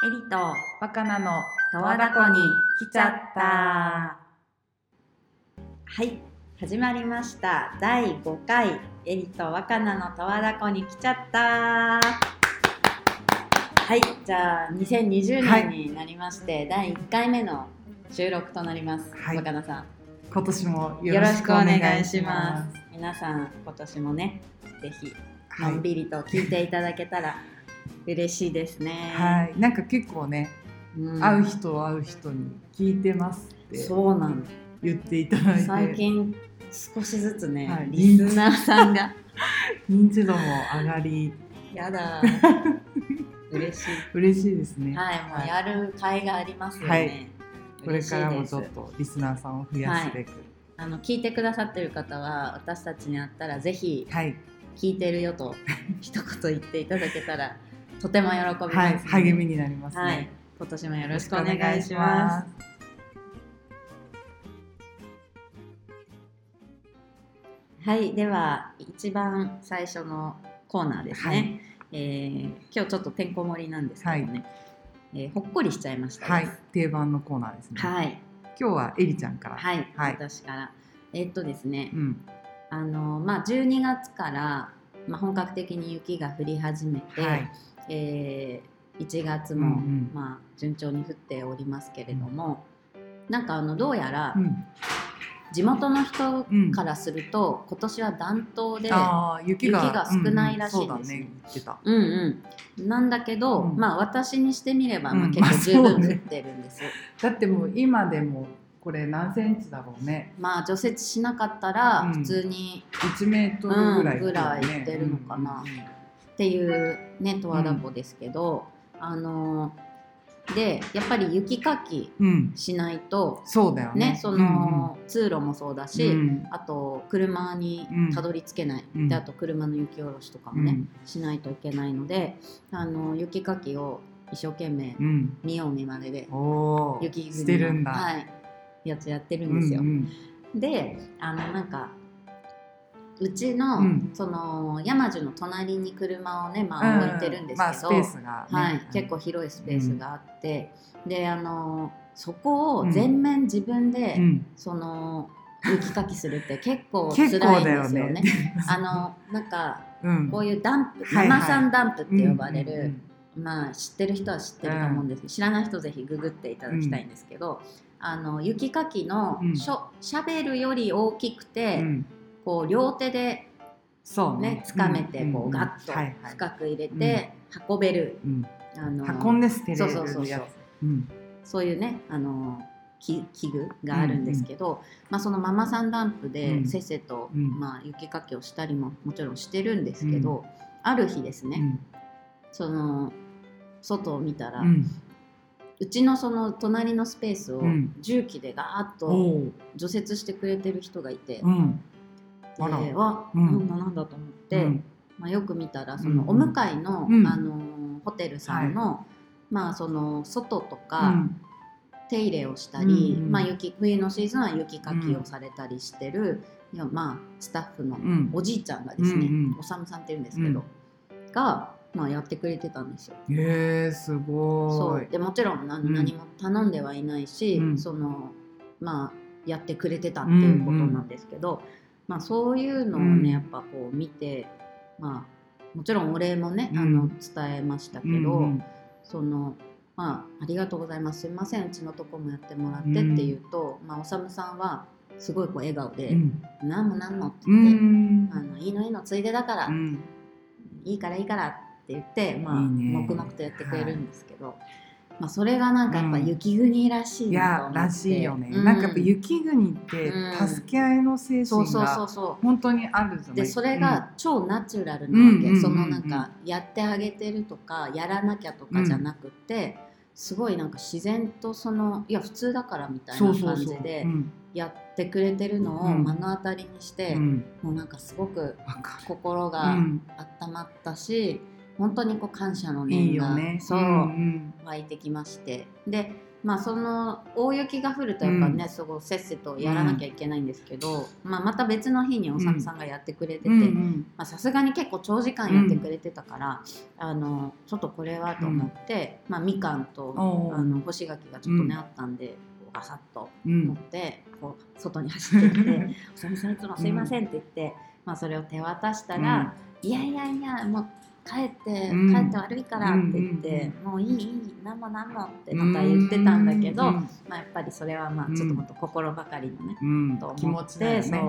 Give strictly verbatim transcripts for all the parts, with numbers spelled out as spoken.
エリと若菜の十和田湖に来ちゃった。はい、始まりましただいごかいエリと若菜の十和田湖に来ちゃった。はい、じゃあにせんにじゅうねんになりまして、はい、だいいっかいめの収録となります、はい、若菜さん今年もよろしくお願いします。 皆さん今年もねぜひのんびりと聞いていただけたら嬉しいですね。 はい、なんか結構ね、うん、会う人会う人に聞いてますってそうなの言っていただいて、 最近少しずつね、はい、リスナーさんが認知度も上がりやだ嬉しい嬉しいですね。 はい、もうやる甲斐がありますよね、はい、 これからもちょっとリスナーさんを増やすべく、はい、 あの聞いてくださってる方は私たちに会ったらぜひ、はい、聞いてるよと一言言っていただけたらとても喜びます、ね、はい、 励みになりますね、はい、 今年もよろしくお願いします。はい、では一番最初のコーナーですね、はい、えー、今日ちょっとてんこ盛りなんですけどね、はい、えー、ほっこりしちゃいましたです、はい、 定番のコーナーですね。はい、今日はエリちゃんから。 はい、はい、私からえー、っとですね、うん、あのまあじゅうにがつから、まあ、本格的に雪が降り始めて、はい、えー、いちがつも、うんうん、まあ、順調に降っておりますけれども、うん、なんかあのどうやら、うん、地元の人からすると、うん、今年は暖冬で雪 が, 雪が少ないらしいですね。うんうん、なんだけど、うん、まあ私にしてみれば、まあ、結構十分降ってるんですよ、 まあね、だってもう今でもこれ何センチだろうね。 まあ除雪しなかったら普通に、 うん、いちメートルぐらい、ね、 うん、ぐらいいってるのかな、うんうん、っていうね十和田湖ですけど、うん、あのでやっぱり雪かきしないと、うん、 そうだよね、 その、うんうん、通路もそうだし、うん、あと車にたどり着けない、うん、であと車の雪下ろしとかもね、うん、しないといけないので、あの雪かきを一生懸命、うん、見よう見まねで雪国のしてるんだ、 はい、やつやってるんですよ、うんうん、であのなんかうちの、うん、その山樹の隣に車をね、まあ、置いてるんですけど、うん、まあ、スペースが、ね、はい、結構広いスペースがあって、うん、であのそこを全面自分で、うん、その雪かきするって結構辛いんですよね。あのなんか、うん、こういうダンプ、ママさんダンプって呼ばれる、はいはい、まあ、知ってる人は知ってると思うんですけど、うん、知らない人ぜひググっていただきたいんですけど、うん、あの雪かきの、うん、シャベルより大きくて、うん、こう両手でそうね、 掴めてこう、うん、ガッと深く入れて運べる、うん、 あの運んで捨てれるやつ、そうそうそうそう、 うん、そういうねあの器具があるんですけど、うんうん、まあ、そのママさんダンプでせっせと、うん、まあ、雪かきをしたりももちろんしてるんですけど、うん、ある日ですね、うん、その外を見たら、うん、うちのその隣のスペースを重機でガーッと除雪してくれてる人がいて、うん、で、わ、うん、なんだなんだと思って、うん、まあ、よく見たらそのお向かいの、うん、あのホテルさんの、はい、まあ、その外とか、うん、手入れをしたり、うんうん、まあ、雪冬のシーズンは雪かきをされたりしてる、うん、まあ、スタッフのおじいちゃんがですね、うんうん、おさむさんっていうんですけど、うん、が、まあ、やってくれてたんですよ。 へー、すごい。 そうでもちろん何、うん、何も頼んではいないし、うん、そのまあ、やってくれてたっていうことなんですけど、うんうん、まあ、そういうのをね、うん、やっぱこう見て、まあ、もちろんお礼もね、うん、あの伝えましたけど、うんうん、そのまあ、ありがとうございます、すいませんうちのとこもやってもらってって言うと、うん、まあ、おさむさんはすごいこう笑顔で、うん、なんもなんもって言って、うん、あのいいのいいのついでだから、うん、いいからいいからって言って、まあ、いいね、黙々とやってくれるんですけど、はい、まあ、それがなんかやっぱ雪国らしいなと思って、 いやらしいよね、うん、なんかやっぱ雪国って助け合いの精神が本当にあるじゃない。 でそれが超ナチュラルなわけ、うん、そのなんかやってあげてるとかやらなきゃとかじゃなくて、うん、すごいなんか自然とそのいや普通だからみたいな感じでやってくれてるのを目の当たりにして、うん、もうなんかすごく心が温まったし、本当にこう感謝の念が、いいよね、そう、うんうん、湧いてきまして、でまあその大雪が降るとやっぱね、うん、すごいせっせとやらなきゃいけないんですけど、うん、まあ、また別の日におさむさんがやってくれててさすがに結構長時間やってくれてたから、うん、あのちょっとこれはと思って、うん、まあ、みかんとあの干し柿がちょっとね、うん、あったんでガサッと持って、うん、こう外に走ってきて「おさむさんいつもすいません」って言って、まあ、それを手渡したら「いやいやいやもう帰って、うん、帰って悪いから」って言って、うん、もういいいい何も何もってまた言ってたんだけど、うん、まあ、やっぱりそれはまあちょっともっと心ばかりのね、うん、と思って、ね、そう、うん、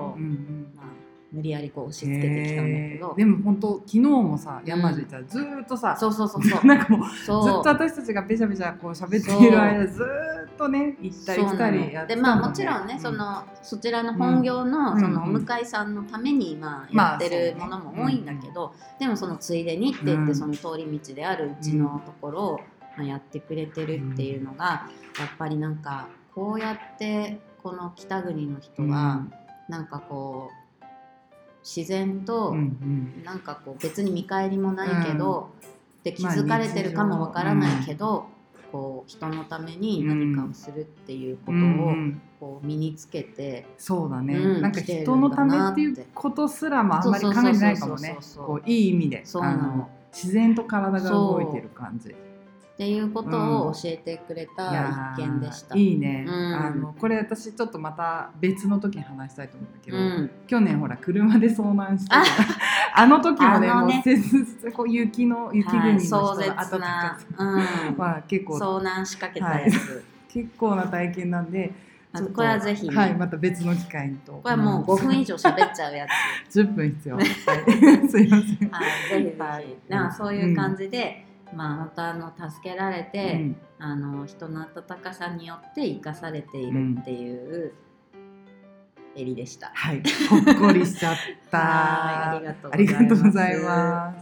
まあ、無理やりこう押し付けてきたんだけど、 でも本当昨日もさ山路行ったらずーっとさ、 うん、そうそうそうそうなんかもうずっと私たちがべちゃべちゃこう喋っている間ずーっとね行ったり来たりやってたんだね。 でまあもちろんね、うん、そのそちらの本業の、うん、そのお向かいさんのためにまあやってるものも多いんだけど、まあね、うん、でもそのついでにって言って、その通り道であるうちのところを、まあ、やってくれてるっていうのがやっぱりなんかこうやってこの北国の人はなんかこう自然となんかこう別に見返りもないけど、うん、で気づかれてるかもわからないけど、うん、こう人のために何かをするっていうことをこう身につけて、 そうだね、うん、なんか人のためっていうことすらもあんまり考えてないかもね。こういい意味でそうなの、 自然と体が動いてる感じっていうことを教えてくれた一件でした。 うん、いいね、うん、あのこれ私ちょっとまた別の時に話したいと思うんだけど、うん、去年ほら車で遭難してあ, あの時も ね, ねもうこう雪の雪国の人が暖かく、うんまあ、結構遭難しかけたやつ、はい、 結構な体験なんでこれはぜひ、ね、 はい、また別の機会にと。 これはもうごふん以上喋っちゃうやつじゅっぷん必要、はい、すいません、はい、 ぜひぜひ、はい、なんかそういう感じで、うん、まあ本当あの助けられて、うん、あの人の温かさによって生かされているっていうエリでした、 はい、ほっこりしちゃったはい、 ありがとうございます。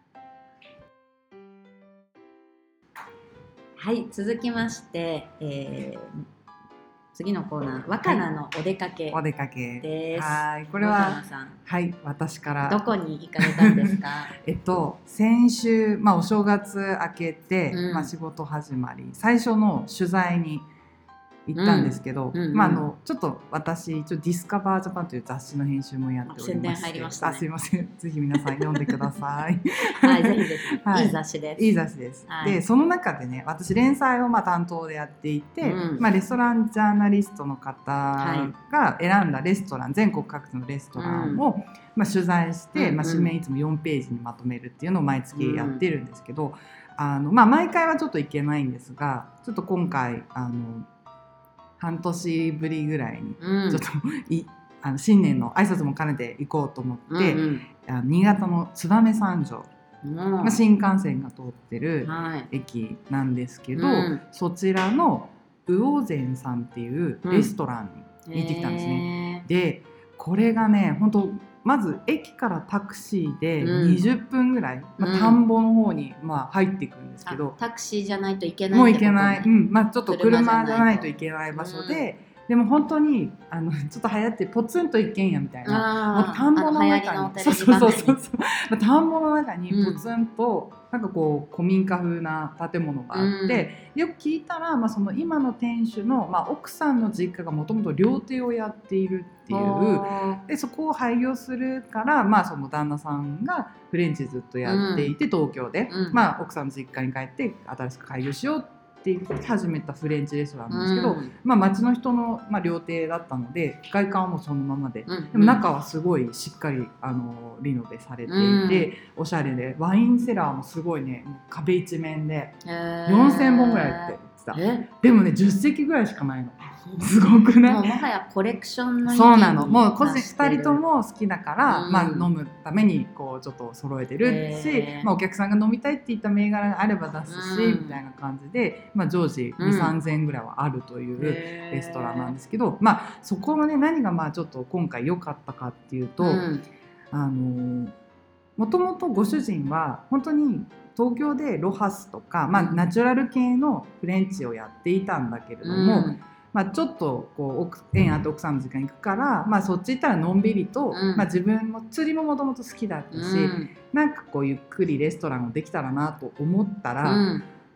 はい、続きまして、えー次のコーナー、若菜のお出かけです。 お出かけ。はい、これははい、私からどこに行かれたんですか？ えっと先週、まあお正月明けて、うん、まあ仕事始まり、最初の取材に行ったんですけど、うんうんうん、まああのちょっと私一応ディスカバージャパンという雑誌の編集もやっておりまして、 宣伝入りましたね。 あ、すいません。ぜひ皆さん読んでください。 はい、ぜひぜひ、はい。いい雑誌です。 いい雑誌です。はい、で、その中でね、私連載をまあ担当でやっていて、うん、まあレストランジャーナリストの方が選んだレストラン、はい、全国各地のレストランを、うん、まあ取材して、うん、まあ紙面いつもよんページにまとめるっていうのを毎月やってるんですけど、うん、あのまあ毎回はちょっといけないんですが、ちょっと今回あの半年ぶりぐらいにちょっと、うん、いあの新年の挨拶も兼ねて行こうと思って、うんうん、あの新潟の燕三条、うんまあ、新幹線が通ってる駅なんですけど、はいうん、そちらの魚膳さんっていうレストランに行ってきたんですね、うん、でこれがね本当まず駅からタクシーでにじゅっぷんぐらい、うんまあ、田んぼの方にまあ入っていくんですけど、 タクシーじゃないといけないってことね。 もう行けない、うんまあ、ちょっと車じゃないといけない場所で、うん、でも本当にあのちょっと流行ってポツンと一軒家みたいな、もう田んぼの中にそうそうそうそう田んぼの中にポツンと、うん、なんかこう古民家風な建物があって、うん、よく聞いたら、まあ、その今の店主の、まあ、奥さんの実家がもともと料亭をやっているっていうでそこを廃業するから、まあ、その旦那さんがフレンチずっとやっていて、うん、東京で、うんまあ、奥さんの実家に帰って新しく開業しようって言って始めたフレンチレストランなんですけど、うんまあ、町の人の、まあ、料亭だったので外観はもうそのままで、うん、でも中はすごいしっかりあのリノベされていて、うん、おしゃれでワインセラーもすごいね壁一面でよんせんぼんぐらいって言ってた。でもねじゅっせきぐらいしかないの。すごくね。 もうもはやコレクションの意味にそうなの。もう個人ふたりとも好きだから、うんまあ、飲むためにこうちょっと揃えてるし、まあ、お客さんが飲みたいって言った銘柄があれば出すし、うん、みたいな感じで、まあ、常時にせんさんぜんえんぐらいはあるというレストランなんですけど、まあ、そこのね何がまあちょっと今回良かったかっていうと、うん、あのもともとご主人は本当に東京でロハスとか、まあ、ナチュラル系のフレンチをやっていたんだけれども、うんまあ、ちょっとこう縁あって奥さんの時間行くから、まあ、そっち行ったらのんびりと、うんまあ、自分も釣りももともと好きだったし、うん、なんかこうゆっくりレストランをできたらなと思ったら、うん、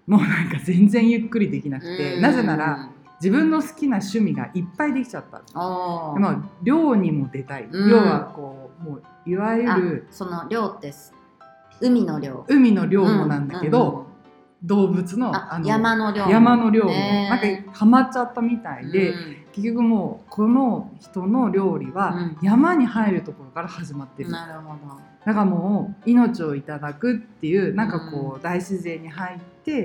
もうなんか全然ゆっくりできなくて、なぜなら自分の好きな趣味がいっぱいできちゃった。でも漁にも出たい、要はこうもういわゆるその漁って海の漁海の漁もなんだけど、うんうん、動物の、 あの山の漁山の漁もなんかハマっちゃったみたいで、うん、結局もうこの人の料理は山に入るところから始まってる、うん、 なるほど。 だからもう命をいただくっていうなんかこう、うん、大自然に入って、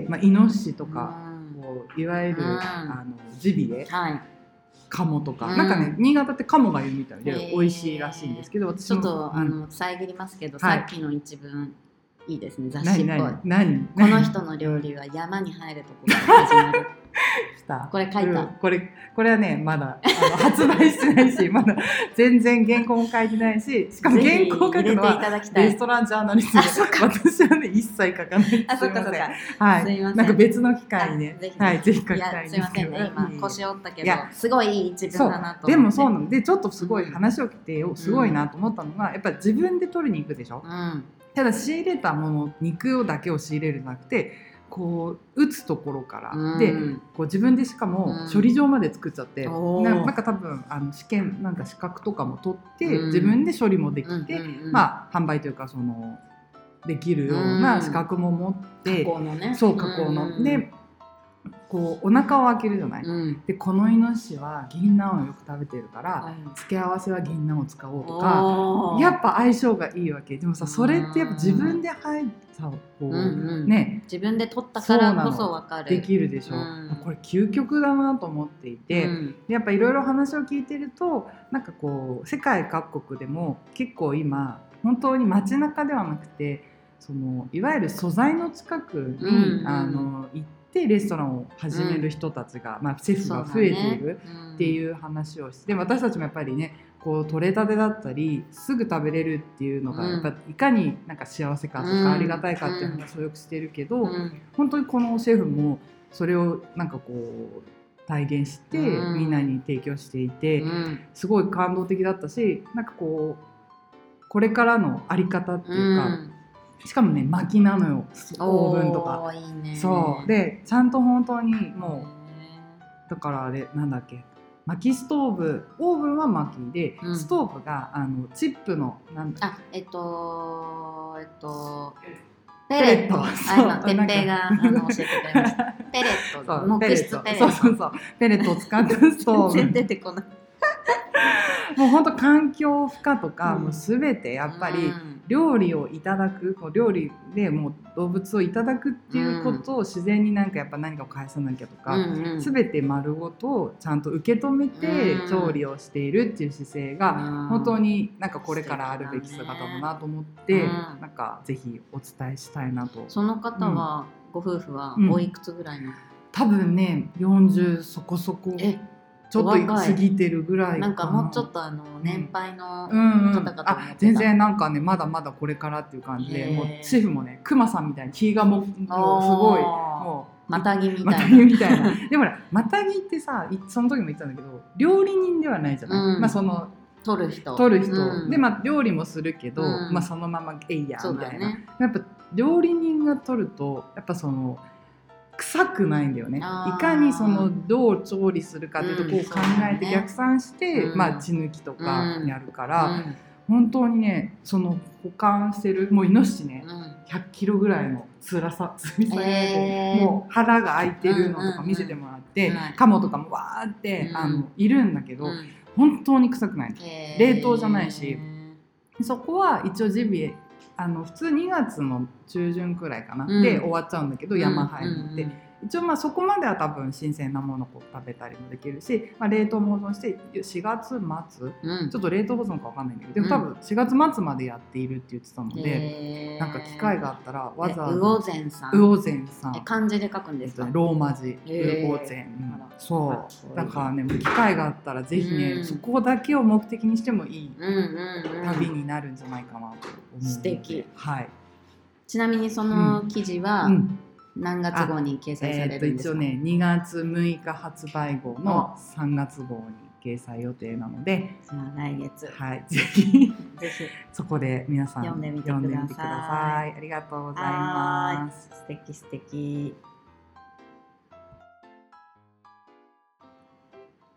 まあ、イノシシとか、うん、こういわゆる、うん、あのジビエ、はい、カモとか、うん、なんかね新潟ってカモがいるみたいで美味しいらしいんですけど、私ちょっと、うん、あの遮りますけど、はい、さっきの一文いいですね、雑誌っぽい。 何何この人の料理は山に入るところから始まるこれ書いた、 うん、これこれはねまだあの発売してないしまだ全然原稿も書いてないし、しかも原稿書くのはレストランジャーナリストで、私はね一切書かない。 あ、そっかそっか、 はい、 すいません、 なんか別の機会にね、 ぜひはい、ぜひ書きたいんですけど、 すいませんね、今腰折ったけどすごいいい一文だなと思って。 でもそうなので、ちょっとすごい話を聞いてすごいなと思ったのが、やっぱり自分で取りに行くでしょ、うん、ただ仕入れたもの、肉だけを仕入れるんじゃなくて、こう打つところから、うん、でこう自分でしかも処理場まで作っちゃって、うん、な, なんか多分あの試験なんか資格とかも取って、うん、自分で処理もできて、うんうん、まあ販売というかそのできるような資格も持って、 加工のね、 そう加工の、うん、でこうお腹を開けるじゃない、うん、でこのイノシシは銀杏をよく食べてるから、うん、付け合わせは銀杏を使おうとか、やっぱ相性がいいわけ。でもさ、それってやっぱ自分で入ったこう、うんうん、ね、 自分で取ったからこそ分かる、 できるでしょ、うん、これ究極だなと思っていて、うん、やっぱいろいろ話を聞いてると、なんかこう世界各国でも結構今本当に街中ではなくて、そのいわゆる素材の近くに、うんうん、あの行ってでレストランを始める人たちが、うん、まあ、シェフが増えているっていう話をして、ね、うん、私たちもやっぱりねこう取れたてだったりすぐ食べれるっていうのが、やっぱいかになんか幸せかとかありがたいかっていう話をよくしてるけど、うん、本当にこのシェフもそれをなんかこう体現してみんなに提供していて、うん、すごい感動的だったし、なんかこうこれからのあり方っていうか、うん、しかもね薪なのよ、オーブンとか。 いいね。 そうでちゃんと本当にもうだからあれなんだっけ、薪ストーブ、オーブンは薪で、うん、ストーブがあのチップのなんあえっとえっとペレット、あ今てっぺいがあの教えてくれましたペレット、木質ペレット、 そうそうそう、ペレットを使ったストーブ全然出てこないもう本当環境負荷とか、うん、もう全てやっぱり、うん料理をいただく、こう料理でもう動物をいただくっていうことを自然になんかやっぱ何かを返さなきゃとか、うんうん、全て丸ごとちゃんと受け止めて調理をしているっていう姿勢が本当になんかこれからあるべき姿だなと思って、うん、なんかぜひお伝えしたいなと。 その方は、うん、ご夫婦はおいくつぐらいの、うん、 多分ねよんじゅうそこそこちょっと過ぎてるぐらいかな。 なんかもうちょっとあの年配の方々、うんうん、 あ全然なんかねまだまだこれからっていう感じで、もうシェフもねクマさんみたいに気がももうすごいもうまたぎみたいな。 またぎみたいなでもほらまたぎってさその時も言ったんだけど料理人ではないじゃない、うん、まあその取る人取る人、うん、でまあ料理もするけど、うん、まあそのままえいやみたいな、ね、やっぱ料理人が取るとやっぱその臭くないんだよね。いかにそのどう調理するかっていうとこを考えて逆算して、うんまあ、血抜きとかやるから、うん、本当にねその保管してるもうイノシシね、うん、ひゃっキロぐらいのつらさつり下げて、もう腹が開いてるのとか見せてもらって、うんうんうん、カモとかもわーって、うん、あのいるんだけど、うん、本当に臭くない。冷凍じゃないし、そこは一応ジビエあの普通にがつの中旬くらいかな、うん、で終わっちゃうんだけど、山入るので、うんうんうん、一応まあそこまでは多分新鮮なものを食べたりもできるし、まあ、冷凍も保存してしがつ末、うん、ちょっと冷凍保存か分かんないんだけど、でも多分しがつ末までやっているって言ってたので、うん、なんか機会があったらわざわざ魚膳さん魚膳さんえ漢字で書くんですか？ ローマ字魚膳、うん、そうだからね機会があったらぜひね、うん、そこだけを目的にしてもいい旅になるんじゃないかなと思うので、 うんうん、素敵、 はい。 ちなみにその記事は、うんうん何月号に掲載されるんですか？ えー、と一応ねにがつむいか発売号のさんがつ号に掲載予定なので、 じゃあ来月、 はい、ぜひぜひそこで皆さん読んでみてください。 読んでみてください。ありがとうございます。 素敵素敵。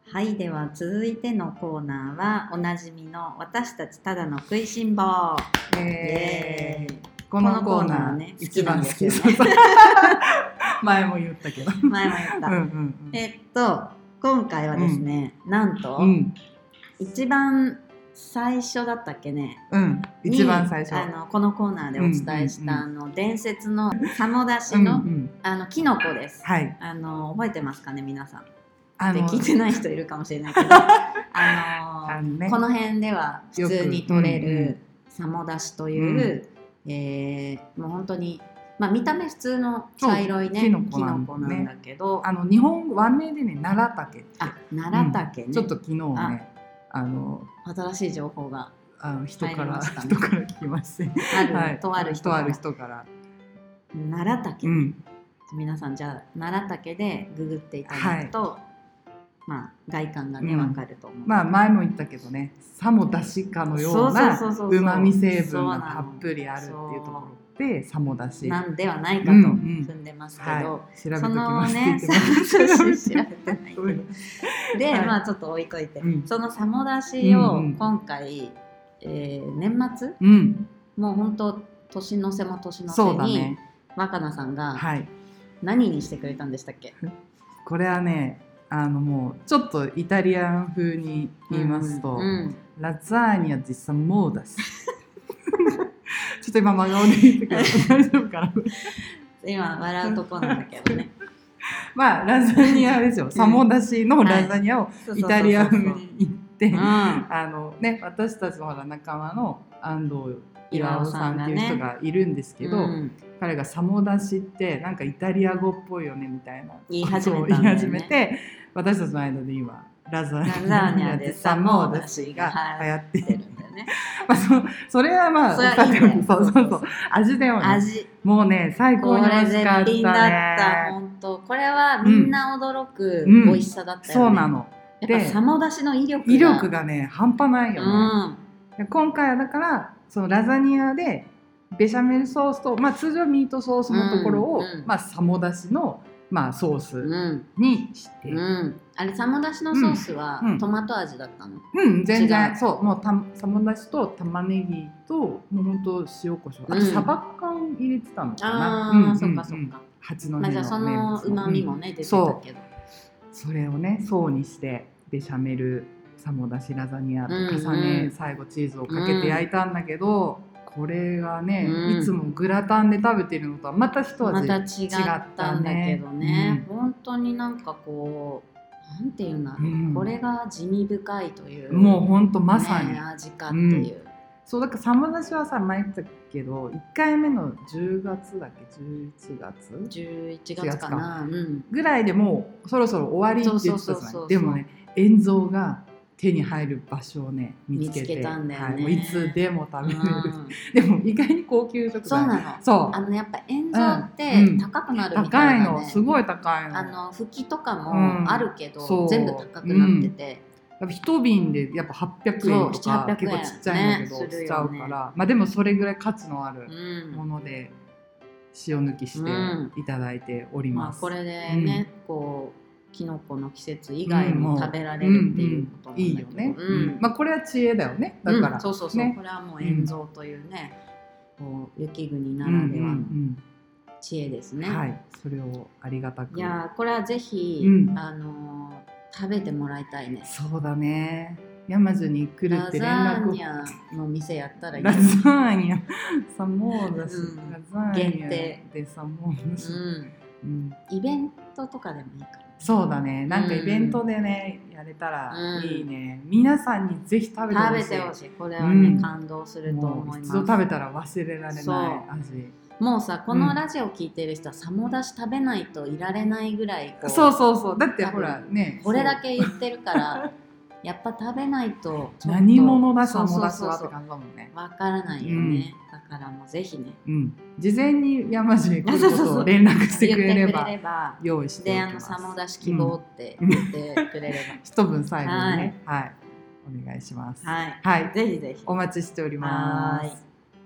はい、では続いてのコーナーはおなじみの私たちただの食いしん坊。 えー、このコーナーね好きなんですよね。 前も言ったけど前も言った、うんうんうん、えっと今回はですね、うん、なんと、うん、一番最初だったっけね、 うん、一番最初あのこのコーナーでお伝えした、うんうんうん、あの伝説のさもだしの、うんうん、あのキノコです、はい、あの覚えてますかね皆さん。あの聞いてない人いるかもしれないけどあのあの、ね、この辺では普通に取れるさもだしという、うんえー、もう本当に、まあ、見た目普通の茶色いねキノコなんだけど、 あの日本和名でね奈良竹、 あ奈良竹ね、 うん、ちょっと昨日ねあの新しい情報があの人から、ね、人から聞きましてある、はい、とある人からとある人から奈良竹、うん、皆さんじゃあ奈良竹でググっていただくと、はいまあ、外観がね、うん、分かると思う。 まあ前も言ったけどね、さもだしかのようなうまみ成分がたっぷりあるっていうところでさもだしなんではないかと踏んでますけど、うんうんはい、 調べときますって言ってます。調べてないけどで、はい、まあちょっと置いといて、うん、そのさもだしを今回、うんうんえー、年末、うん、もう本当年の瀬も年の瀬に、ね、若菜さんが何にしてくれたんでしたっけ？ これはねあのもうちょっとイタリアン風に言いますと、うんうん、ラザーニャディサモーダスちょっと今真顔で言ったけど大丈夫かな今笑うとこなんだけどねまあラザニアですよ、サモだしのラザニアをイタリア風に言ってあのね私たちのほら仲間の安藤岩尾さんっていう人がいるんですけど、ねうん、彼がサモだしってなんかイタリア語っぽいよねみたいな言い始めたんだよね、言い始めて私たちの間で今ラザニアでサモだしが流行ってるんだよねまあ そ, それはまあそれはいいねそうそうそう味でもね味もうね最高に美味しかったね。これ絶品だった本当これはみんな驚く美味しさだったよね、うんうん、 そうなのやっぱサモだしの威力が威力がね半端ないよね、うん、今回はだからそのラザニアでベシャメルソースと、まあ、通常ミートソースのところを、うんうんまあ、サモだしの、まあ、ソースにして、うんうん、 あれサモだしのソースは、うん、トマト味だったの？ うん、全然そうもうたサモだしと玉ねぎともうほんと塩コショウ、うん、あとサバ缶入れてたのかな、 あー、うん、そっかそっか八戸の名物の、まあ、じゃあそのうまみもね、うん、出てたけどそ, それをね層にしてベシャメルサモだしラザニアと重ね、うんうん、最後チーズをかけて焼いたんだけど、うんこれがね、うん、いつもグラタンで食べてるのとはまた一味違ったね。 また違ったんだけどね、うん、本当になんかこうなんていうんだろう、うん、これが地味深いというもう本当まさに、 ね、味かっていう、うん、 そうだからサモだしはさ前言ったけどいっかいめのじゅうがつだっけじゅういちがつじゅういちがつかな、うん、 ぐらいでもうそろそろ終わりって言ってたじゃない。でもね塩蔵が手に入る場所をね見つけて見つけたんだよね、 はい、もういつでも食べれる、うん、でも意外に高級食材そうなのそうあのやっぱ塩蔵って高くなるみたいな、ねうん、 高いのすごい高いのあのふきとかもあるけど、うん、全部高くなってて、 うん、一瓶でやっぱはっぴゃくえんとか結構ちっちゃいんだけど、ね、しちゃうから、まあ、でもそれぐらい価値のあるもので塩抜きしていただいております、 うんまあ、これでね、うん、こうキノコの季節以外も食べられるっていうことなんだけど、うんうん、いいよね、 うん、まあこれは知恵だよねだから、 うん、そうそうそう、ね、これはもう塩蔵というね、うん、こう雪国ならではの知恵ですね、 うんうんうん、はいそれをありがたくいやこれはぜひ、うん、あの食べてもらいたいね。 そうだね山津に来るって連絡をラザーニャの店やったらいいラザーニャサモーダシ、うん、ラザーニャ限定でサモーダシ、 うんうん、イベントとかでもいいからそうだねなんかイベントでね、うん、やれたらいいね、うん、皆さんにぜひ食べてほしい食べてほしいこれはね、うん、感動すると思います。 一度食べたら忘れられない味もうさこのラジオ聞いてる人はサモだし食べないといられないぐらいこうそうそうそうだってほらねこれだけ言ってるからやっぱ食べないと何者だサモだしはって感じだもんねわからないよね、うん、だからもうぜひね、 うん、事前に山路に来ることを連絡してくれれば用意しておきます。 であのサモだし希望って言ってくれれば、うん、 一分最後にね、はい、はい、お願いします。 はい、 はい、 ぜひぜひお待ちしております。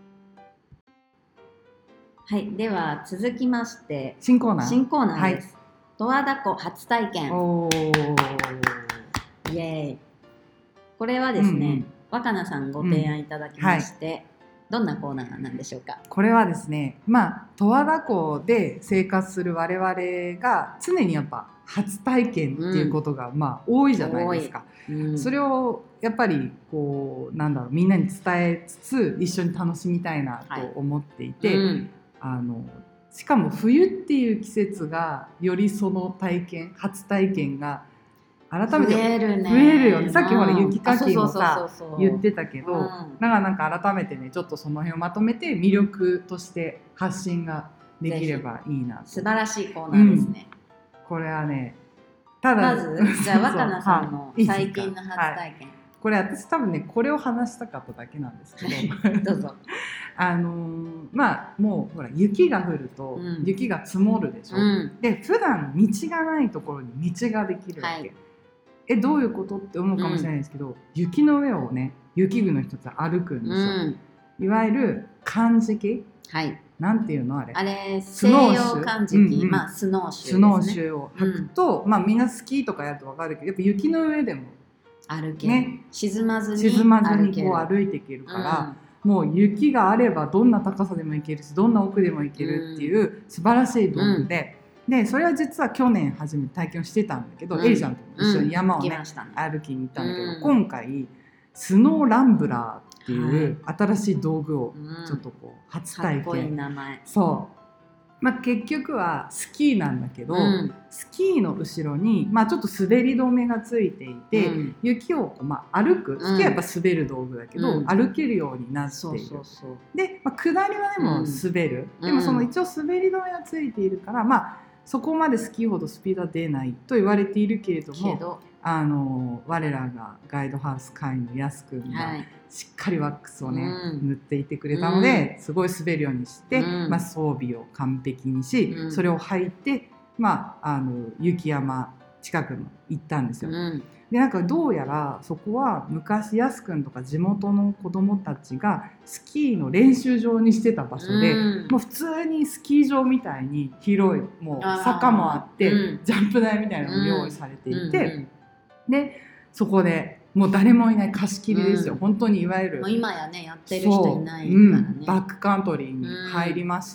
はい、はい、では続きまして新コーナー新コーナーです。十和田湖初体験。 おーイエーイ。これはですね、うんうん、若菜さんご提案いただきまして、うんはい、どんなコーナーなんでしょうか。 これはですね、まあ十和田湖で生活する我々が常にやっぱ初体験っていうことがまあ多いじゃないですか、うん、それをやっぱりこうなんだろうみんなに伝えつつ一緒に楽しみたいなと思っていて、はいうん、あのしかも冬っていう季節がよりその体験初体験が改めて増えるね。増えるよね。さっきほら雪かきもさ言ってたけど、うん、だからなんか改めてねちょっとその辺をまとめて魅力として発信ができればいいなと。 素晴らしいコーナーですね。 うん、これはね、ただまずじゃあ若菜さんの最近の初体験。はい、 これ私多分ねこれを話したかっただけなんですけど。どうぞ。 あのー、まあもうほら雪が降ると雪が積もるでしょ。うん、で普段道がないところに道ができるわけ。はいえどういうことって思うかもしれないですけど、うん、雪の上をね雪具の人たち歩くんですよ、うん、いわゆる寒敷、はい、なんていうのあれあれ西洋寒敷、うんうん、まあスノーシューですね、 スノーシューを履くと、うん、まあみんなスキーとかやると分かるけどやっぱ雪の上でも歩ける、ね、沈まずに沈まずにこう歩いていけるから、うん、もう雪があればどんな高さでも行けるしどんな奥でも行けるっていう素晴らしい道具で、うんでそれは実は去年初めて体験をしてたんだけど、うん、エリちゃんとも一緒に山をね、うん、歩きに行ったんだけど、うん、今回スノーランブラーっていう新しい道具をちょっとこう初体験、かっこいい名前そう、まあ、結局はスキーなんだけど、うん、スキーの後ろに、まあ、ちょっと滑り止めがついていて、うん、雪をこう、まあ、歩くスキーはやっぱ滑る道具だけど、うん、歩けるようになっている、そうそうそうで、まあ、下りはでも滑る、でもその一応滑り止めがついているからまあそこまでスキーほどスピードは出ないと言われているけれどもけどあの我らがガイドハウス会のやすくんがしっかりワックスをね、はい、塗っていてくれたので、うん、すごい滑るようにして、うんまあ、装備を完璧にし、うん、それを履いて、まあ、あの雪山近くの行ったんですよ、うんでなんかどうやらそこは昔やすくんとか地元の子どもたちがスキーの練習場にしてた場所で、うん、もう普通にスキー場みたいに広いもう坂もあって、うん、ジャンプ台みたいなのも用意されていて、うんうん、でそこでもう誰もいない貸し切りですよ、うん、本当にいわゆるもう今やねやってる人いないからね、うん、 バックカントリーに入りまして、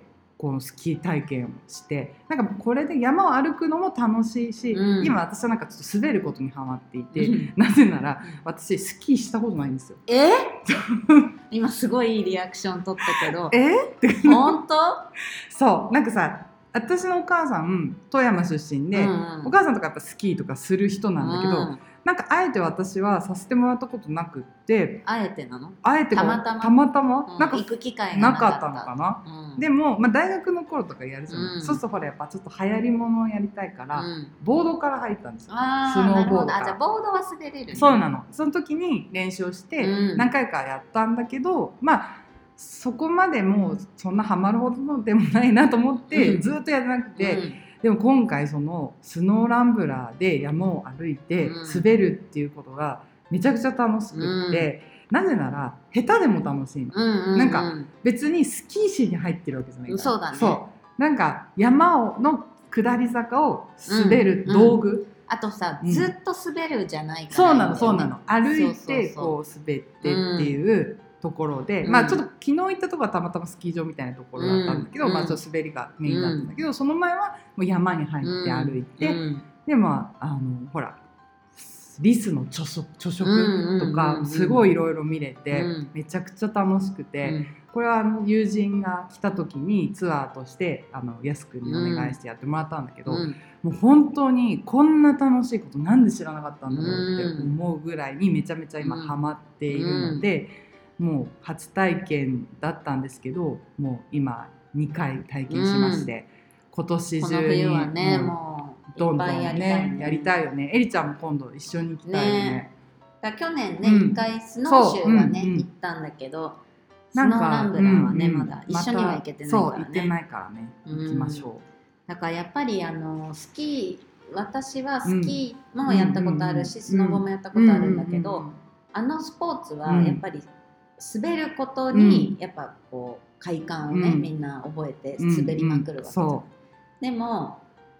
このスキー体験をしてなんかこれで山を歩くのも楽しいし、うん、今私はなんかちょっと滑ることにハマっていて、うん、なぜなら私スキーしたことないんですよ。 え今すごいいいリアクション取ったけどえ本当そうなんかさ私のお母さん富山出身で、うんうん、お母さんとかやっぱスキーとかする人なんだけど、うんなんかあえて私はさせてもらったことなくってあえてなのあえてたまたまたまたま、 うん、 なんか行く機会がなかったのかな、うん、でも、まあ、大学の頃とかやるじゃない、うん、そうするとほらやっぱちょっと流行り物をやりたいから、うん、ボードから入ったんですよ、 あスノーボードからあじゃあボードは滑れる、ね、 そうなのその時に練習をして何回かやったんだけど、まあそこまでもうそんなハマるほどでもないなと思ってずっとやらなくて、うんでも今回そのスノーランブラーで山を歩いて滑るっていうことがめちゃくちゃ楽しくって、うん、なぜなら下手でも楽しいの、うんうんうん、なんか別にスキーシーに入ってるわけじゃないから、 そうだね、 そうなんか山をの下り坂を滑る道具、うんうん、 あとさ、うん、ずっと滑るじゃないから、ね、 そうなのそうなの歩いてこう滑ってっていう、うんところで、うん、まあちょっと昨日行ったところはたまたまスキー場みたいなところだったんだけど、うん、まあちょっと滑りがメインだったんだけど、うん、その前はもう山に入って歩いて、うん、でまああのほらリスの著色、著色とかすごいいろいろ見れて、うん、めちゃくちゃ楽しくて、うん、これはあの友人が来た時にツアーとしてあの安くにお願いしてやってもらったんだけど、うん、もう本当にこんな楽しいことなんで知らなかったんだろうって思うぐらいにめちゃめちゃ今ハマっているので、もう初体験だったんですけどもう今にかい体験しまして、うん、今年中にこの冬はねもうどんどんねやりたいよね。エリちゃんも今度一緒に行きたいよね。ねだ去年ね、うん、いっかいスノーシューはね、うんうん、行ったんだけどスノーランブラーはね、うんうん、まだ一緒には行けてないからね。 そう行ってないからね、行きましょう。 だからやっぱりあのスキー私はスキーもやったことあるし、うん、スノボもやったことあるんだけど、うんうんうん、あのスポーツはやっぱり滑ることにやっぱこう快感をね、うん、みんな覚えて滑りまくるわけじゃん、うん、でも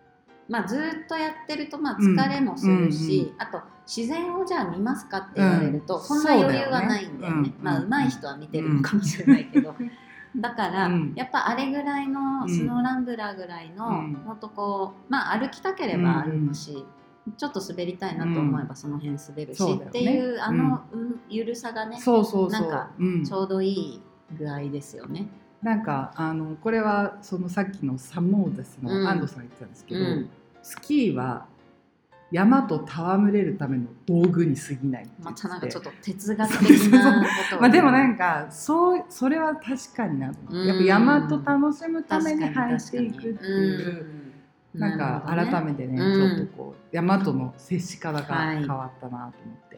まあ、ずっとやってるとまあ疲れもするし、うんうんうん、あと自然をじゃあ見ますかって言われると、うん、そんな余裕はないんだよね、うん、まあ上手い人は見てるのかもしれないけど、うん、だから、うん、やっぱあれぐらいのスノーランブラーぐらいの、うん、ほんとこう、まあ歩きたければ歩くし、うん、ちょっと滑りたいなと思えばその辺滑るし、うん、っていうあの、うん、ゆるさがね、 そうそうそう、 なんかちょうどいい具合ですよね。 なんかあのこれはそのさっきのサモーダスの安藤さんが言ってたんですけど、うん、スキーは山と戯れるための道具に過ぎないって言って、 またなんかちょっと哲学的なことをまあでもなんかそうそれは確かになと思って、やっぱ山と楽しむために入っていくっていう、うん、なんか改めてね、うん、ちょっとこう山との接し方が変わったなと思って、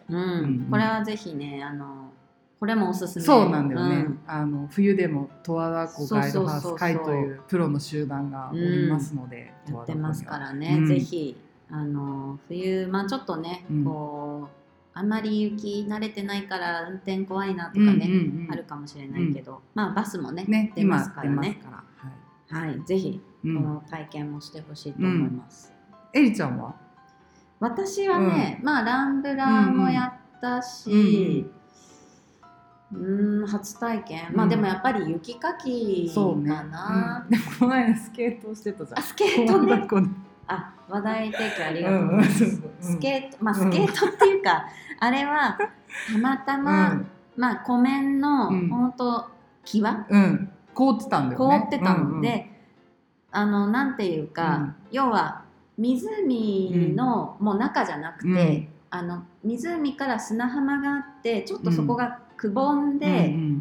はい、うんうん、これはぜひね、あのこれもおすすめ。 そうなんだよね、うん、あの冬でも十和田湖ガイドハウス会というプロの集団がおりますので、 うん、やってますからね、うん、ぜひあの冬、まあ、ちょっとね、うん、こうあんまり雪慣れてないから運転怖いなとかね、うんうんうん、あるかもしれないけど、うん、まあバスも ね, ね出ますからね、はい、はい、ぜひこの体験もしてほしいと思います、 うんうん、エリちゃんは？ 私はね、うん、まあランブラーもやったし、うんうんうーん初体験、うん、まあでもやっぱり雪かきかな、 ね、うん、でもこの間スケートしてたじゃん。 あスケートねあ話題提供ありがとうございます、うん、スケートまあスケートっていうか、うん、あれはたまたま、うん、まあ湖面の、うん、ほんと際、 うん、凍ってたんだよね。 凍ってたの、うんうん、であのなんていうか、うん、要は湖の、もう中じゃなくて、うん、あの湖から砂浜があってちょっとそこがくぼんで、うんうん、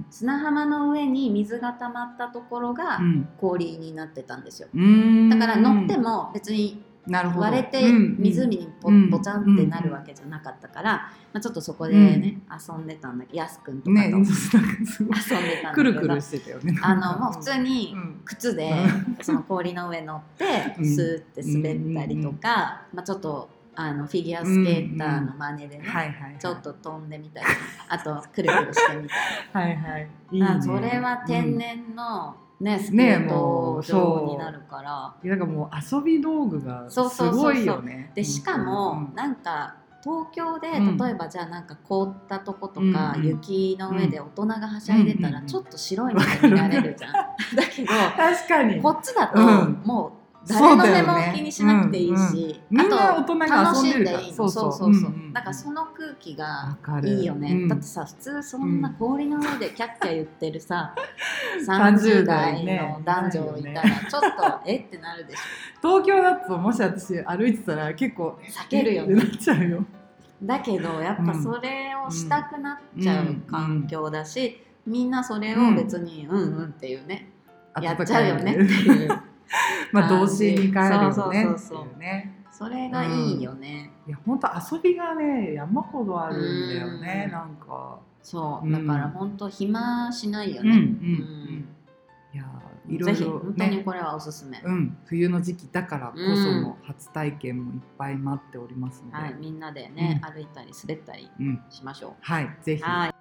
砂浜の上に水が溜まったところが氷になってたんですよ、うん、だから乗っても別に割れて湖に ボ,、うん、ボチャンってなるわけじゃなかったから、まあ、ちょっとそこでね、うん、遊んでたんだけど、やすくんとかと、ね、遊んでたんだけど、 くるくるしてたよね。 あのもう普通に靴でその氷の上乗ってスーって滑ったりとか、まあ、ちょっとあのフィギュアスケーターの真似でね、ちょっと飛んでみたり、あとくるくるしてみたりはいはいいい、ね、それは天然の、ね、スケート場になるから、 ね、なんかもう遊び道具がすごいよね。 でしかも、うん、なんか東京で例えばじゃあなんか凍ったとことか、うん、雪の上で大人がはしゃいでたらちょっと白い目で見られるじゃん、うん、だけど確かにこっちだともう誰の目も気にしなくていいし、ねうんうん、あと楽しんでいいの。そうそうそうそう、うんうん、だからその空気がいいよね、うん、だってさ普通そんな氷の上でキャッキャ言ってるさ、うん、さんじゅう代の男女いたらちょっとえってなるでしょ。東京だともし私歩いてたら結構避けるよね。 なっちゃうよ。 だけどやっぱそれをしたくなっちゃう環境だし、みんなそれを別にうんうんっていうね、うん、やっちゃうよねっていうまあ童心に帰るよね。 そうそうそうそう、ね、それがいいよね、 うん、いや本当遊びがね山ほどあるんだよね、んなんかそう、うん、だから本当暇しないよね、うんうんうん、 いやいろいろ、ね、 ぜひ本当にこれはおすすめ、 うん、冬の時期だからこその初体験もいっぱい待っておりますので、 はい、みんなでね、うん、歩いたり滑ったりしましょう、 はいぜひはい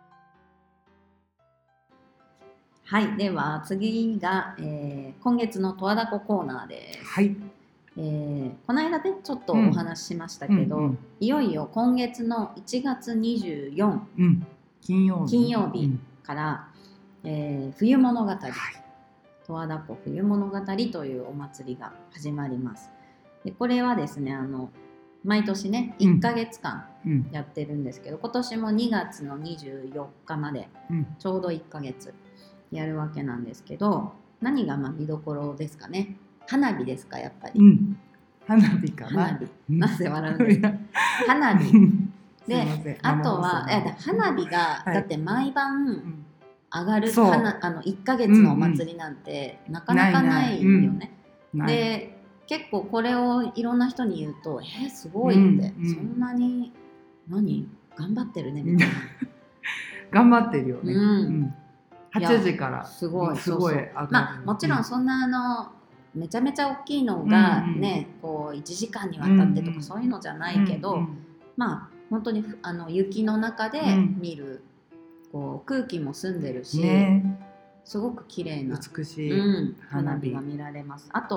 はい、では次が、えー、今月の十和田湖コーナーです。 はい。 えー、この間でちょっとお話ししましたけど、うんうんうん、いよいよ今月のいちがつにじゅうよっか、うん、 金曜日、 金曜日から、うんえー、冬物語、はい、十和田湖冬物語というお祭りが始まります。でこれはですね、あの毎年ねいっかげつかんやってるんですけど、うん、今年もにがつのにじゅうよっかまで、うん、ちょうどいっかげつやるわけなんですけど、何がまあ見どころですかね。花火ですかやっぱり、うん、 花火かな。 花火、なぜ笑うんですか花火で、あとは花火が、はい、だって毎晩上がる花、あのいっかげつのお祭りなんて、うんうん、なかなかないよね。ないない、で結構これをいろんな人に言うと、えー、すごいって、うんうん、そんなに何頑張ってるねみたいな頑張ってるよね、うんうんはちじからすごいすごい上がる。 まあもちろんそんなあのめちゃめちゃ大きいのがね、うんうん、こういちじかんにわたってとかそういうのじゃないけど、うんうん、まあ本当にあの雪の中で見る、うん、こう空気も澄んでるし、ね、すごく綺麗な美しい、 うん、花火が見られます。あと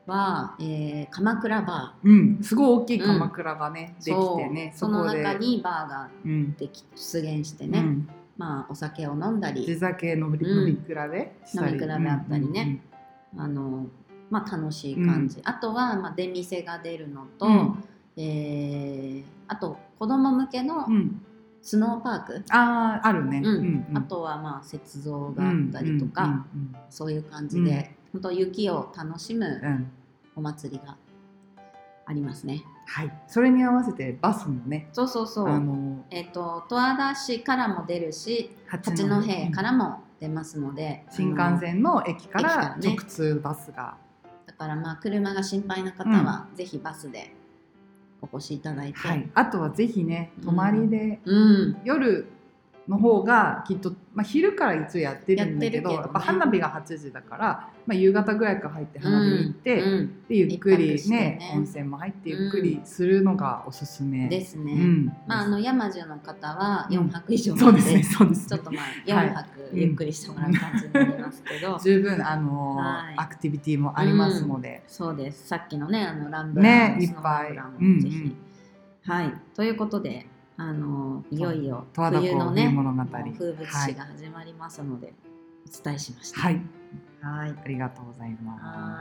は、えー、鎌倉バー、うん、すごい大きい鎌倉がね、うん、できてね、 そ, その中にバーができ、うん、出現してね、うん、まあ、お酒を飲んだり地酒飲み、飲み比べしたり、 飲み比べあったりね、うんうんうん、あのまあ、楽しい感じ、うん、あとは、まあ、出店が出るのと、うん、えー、あと子供向けのスノーパーク、うん、 あ, あるね、 うんうんうん、あとはまあ雪像があったりとか、うんうんうん、そういう感じで、うん、本当雪を楽しむお祭りがありますね、 はい、それに合わせてバスもね、 そうそうそう、あのーえー、と十和田市からも出るし八戸からも出ますので、 新幹線の駅から直通バスが、 だからまあ車が心配な方はぜひバスでお越しいただいて、 はい、あとはぜひね泊まりで、うんうん、夜の方がきっと、まあ、昼からいつやってるんだけど、やっけど、ね、やっぱ花火がはちじだから、まあ、夕方ぐらいから入って花火見て、うんうん、でゆっくり ね, ね温泉も入ってゆっくりするのがおすすめ、 うん、ですね、うん、まあ、あの山中の方はよんはく以上なので、うん、そうですね、そうですね、 ちょっとまあよんはくゆっくりしてもらう感じになりますけど、 うん、十分あの、はい、アクティビティもありますので、 うん、そうです、さっきのねあのランブラン、ね、いっぱい、ぜひ、うんうん、はい、ということであのいよいよ冬のね風物詩が始まりますので、はい、お伝えしました。 はい、はい、ありがとうございます。はい、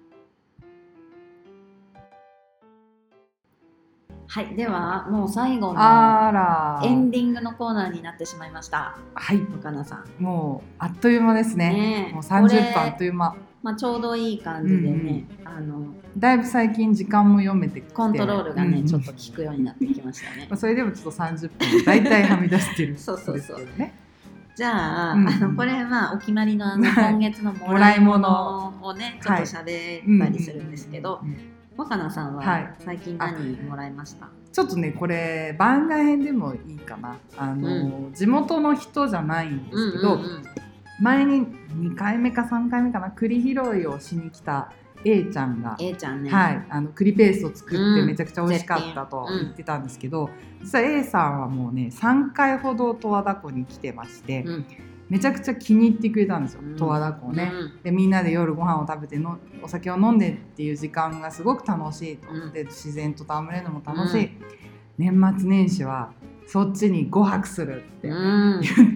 はい、ではもう最後のエンディングのコーナーになってしまいました。 はい、 岡菜さん。 もうあっという間ですね。ね、もうさんじゅっぷんあっという間。 まあ、ちょうどいい感じでね、うんうん、あのだいぶ最近時間も読めてきてコントロールがね、うん、ちょっと効くようになってきましたね。 それでもちょっとさんじゅっぷんだいたいはみ出してるんですけどね。そうそうそう、 じゃあ、うん、あのこれはお決まりのあの今月のもらい物をねちょっと喋ったりするんですけど、若菜さんは最近何もらいました？はい、 ちょっとねこれ番外編でもいいかな、あの、うん、地元の人じゃないんですけど、うんうんうん、前ににかいめかさんかいめかな栗拾いをしに来た A ちゃんが A ちゃんね、 はい、あの栗ペーストを作ってめちゃくちゃ美味しかったと言ってたんですけど、うん、実は A さんはもうねさんかいほど十和田湖に来てまして、うん、めちゃくちゃ気に入ってくれたんですよ、うん、十和田湖をね、うん、でみんなで夜ご飯を食べてのお酒を飲んでっていう時間がすごく楽しい、うん、で自然と戯れるのも楽しい、うん、年末年始はそっちにごはくするって言って、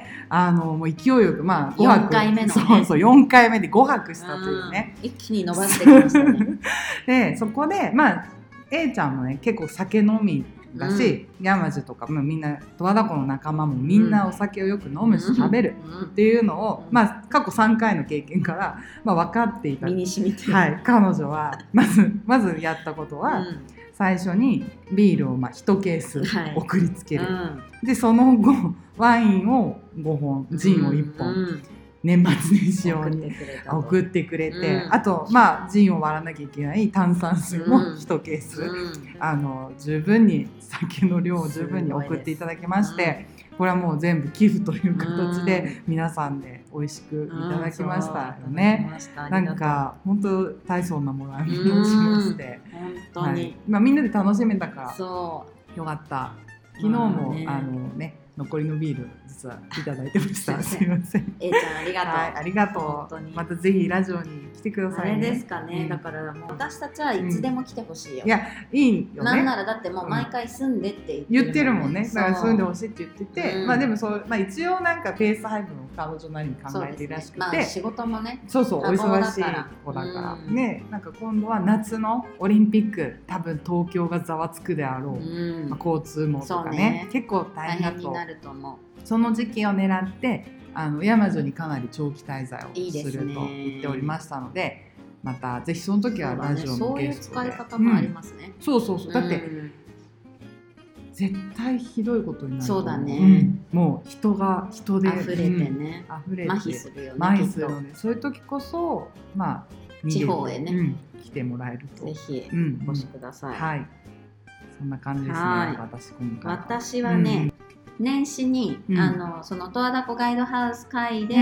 うん、あのもう勢いよく、まあ、ごはくよんかいめの、ね、 そうそうよんかいめでごはくしたというね、 うん、一気に伸ばしてきましたね。 でそこで、まあ、A ちゃんもね結構酒飲みだし、うん、山路とかもみんな十和田湖の仲間もみんなお酒をよく飲むし、うん、食べるっていうのを、うん、まあ、過去さんかいの経験から、まあ、分かっていた、 身に染みて、 はい、彼女はまずまずやったことは、うん、最初にビールをまあいちケース送りつける、はい、うん、でその後ワインをごほんジンをいっぽん、うんうん、年末年始用に送ってくれて、うん、あとまあジンを割らなきゃいけない炭酸水もいちケース、うん、あの十分に酒の量を十分に送っていただきまして、うん、これはもう全部寄付という形で皆さんで美味しくいただきましたよね、うん、なんか本当大層なもらい物をしまして、 うん、本当に、 はい、まあ、みんなで楽しめたからよかった。昨日も、まあね、あのね残りのビール実はいただいてました。すいません。 A ちゃんありがとう。はい、 ありがとう。またぜひラジオに来てくださいね。 あれですかね。うん、だからもう私たちはいつでも来てほしいよ。 うん、いやいいよね。 なんならだってもう毎回住んでって言ってるもんね。だから住んでほしいって言ってて、うん、まあでもそうまあ一応なんかペース配分を彼女なりに考えているらしくて、ね、まあ、 仕事もね。 そうそうお忙しい子だから、うん、ね、なんか今度は夏のオリンピック多分東京がざわつくであろう。うん、まあ、交通網とかね、ね、結構大変だと。 大変になると思う。 その時期を狙ってあの山女にかなり長期滞在をすると言っておりましたので、またぜひその時はラジオのゲストで、そういう使い方もありますね、うん、そうそうそう、だって、うん、絶対ひどいことになる。 そうだね、 うん、もう人が人で溢れてね、 うん、溢れて麻痺するよね。 麻痺するので、そういう時こそまあ地方へね、うん、 来てもらえるとぜひお越しください、うんうん、 はい、そんな感じですね。私今回私はね、うん、年始に、うん、あのその十和田湖ガイドハウス会で、うんうん、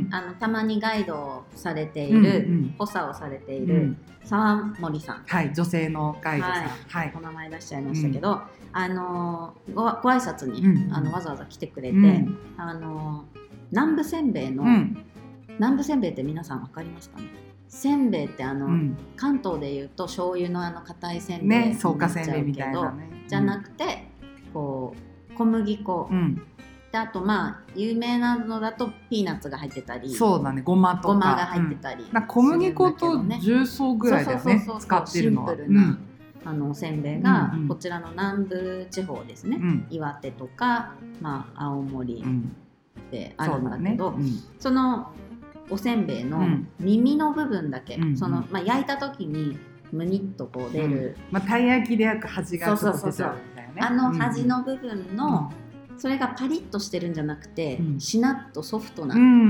あのたまにガイドをされている、うんうん、補佐をされている、うん、沢森さん、 はい、女性のガイドさん、はいはい、お名前出しちゃいましたけど、うん、あの ご, ご挨拶に、うん、あのわざわざ来てくれて、うん、あの南部せんべいの、うん、南部せんべいって皆さん分かりますかね？ せんべいってあの、うん、関東でいうと醤油のあの硬いせんべいになっちゃうけど、ね、そうかせんべいみたいなね、うん、じゃなくてこう小麦粉、うん、であとまあ有名なのだとピーナッツが入ってたり、 そうだね、ごまとかごまが入ってたり、 うん、なんか小麦粉と重曹ぐらいだよね、使ってるのはシンプルな、うん、 あのおせんべいがこちらの南部地方ですね、うん、岩手とか、まあ、青森であるんだけど、うん そ, ねうん、そのおせんべいの耳の部分だけ、うん、そのまあ、焼いた時にむにっとこう出る、うんまあ、たい焼きで焼く端がちょっと出ちゃうんだよね。 あの端の部分の、うん、それがパリッとしてるんじゃなくて、うん、しなっとソフトな、うんうんうんうん、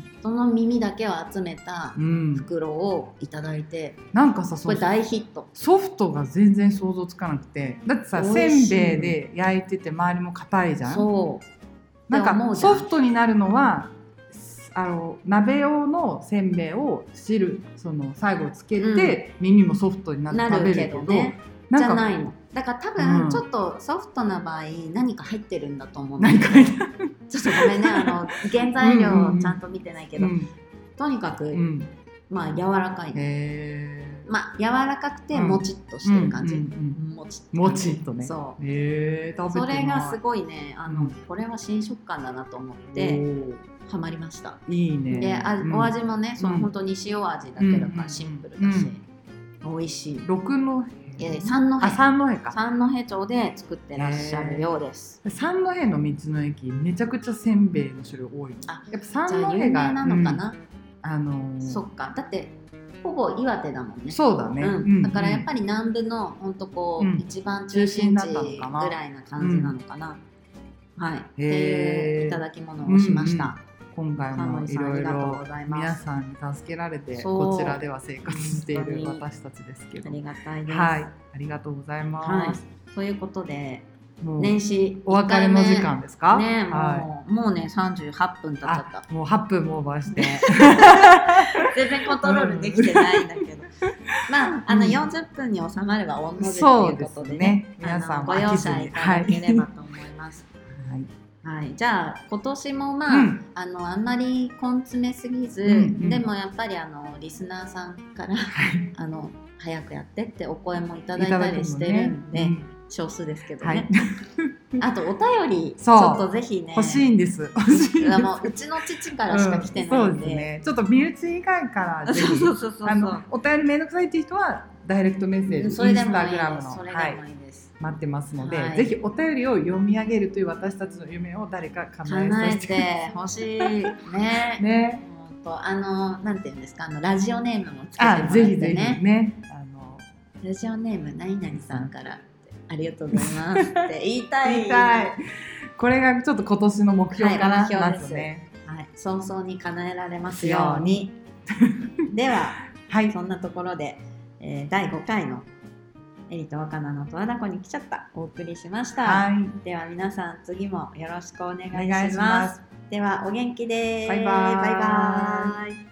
その耳だけを集めた袋をいただいて、うん、 なんかさこれ大ヒット。 ソフトが全然想像つかなくて、だってさせんべいで焼いてて周りも硬いじゃん。そうなんかソフトになるのはあの鍋用のせんべいを汁その最後つけて、うん、耳もソフトになって食べるけど、 なるけどね、じゃないの。だから多分ちょっとソフトな場合何か入ってるんだと思うんだけど、ちょっとごめんね、あの原材料をちゃんと見てないけど、うんうん、とにかく、うん、まあ柔らかい、ね、まあ柔らかくてもちっとしてる感じ、うんうんうん、もちっと、 もちっとね。 そう、 へー、食べてない。 それがすごいね、あの、うん、これは新食感だなと思ってハマりました。 いいね。 で、あ、うん、お味もね、その本当に塩味だけだからシンプルだし、うん、美味しい。 六の三戸、 あ、三戸か。 三戸町で作ってらっしゃるようです。 三戸の道の駅めちゃくちゃせんべいの種類多い。あ、やっぱ三戸が有名なのかな。うん、 あのー、 そっか。だってほぼ岩手だもんね。 そうだね。 うん、だからやっぱり南部の本当こう、うん、一番中心地ぐらいな感じなのかな。うん、はい。っていういただき物をしました。うんうん、 今回もいろいろ皆さんに助けられてこちらでは生活している私たちですけど、 ありがたいです。 はい、ありがとうございます。 はい、ということで年始お別れの時間ですか？ ね、もう、はい、もうねさんじゅうはっぷん経っちゃった。 もうはっぷんもオーバーして全然コントロールできてないんだけど、まああのよんじゅっぷんに収まれば御の字っていうことで ね, でね皆さんご容赦いただければと思います。はいはい、じゃあ今年もまあ、うん、あのあんまり根詰めすぎず、うんうん、でもやっぱりあのリスナーさんから、はい、あの早くやってってお声もいただいたりしてるんで、ね、うん、少数ですけどね、はい、あとお便りちょっとぜひね欲しいんです。欲しいんです。 もううちの父からしか来てないんで、うん、そうですね、 ちょっと身内以外からぜひそうそうそうそう、 あのお便りめんどくさいっていう人はダイレクトメッセージ、 それでもいいです。 インスタグラムのそれでもいいです、 はい、待ってますので、はい、ぜひお便りを読み上げるという私たちの夢を誰か叶えさせてほしいね。ね、あのなんていうんですか、あのラジオネームもつけてもらってね。あ、ぜひぜひね、あのラジオネーム何々さんからありがとうございますって言いたい。言いたい。これがちょっと今年の目標かな。はい、目標ですね。はい、早々に叶えられますように。では、はい、そんなところで、えー、だいごかいのエリと若菜の十和田湖に来ちゃったお送りしました。はい、では皆さん次もよろしくお願いします。ではお元気でーす。バイバーイ。バイバーイ。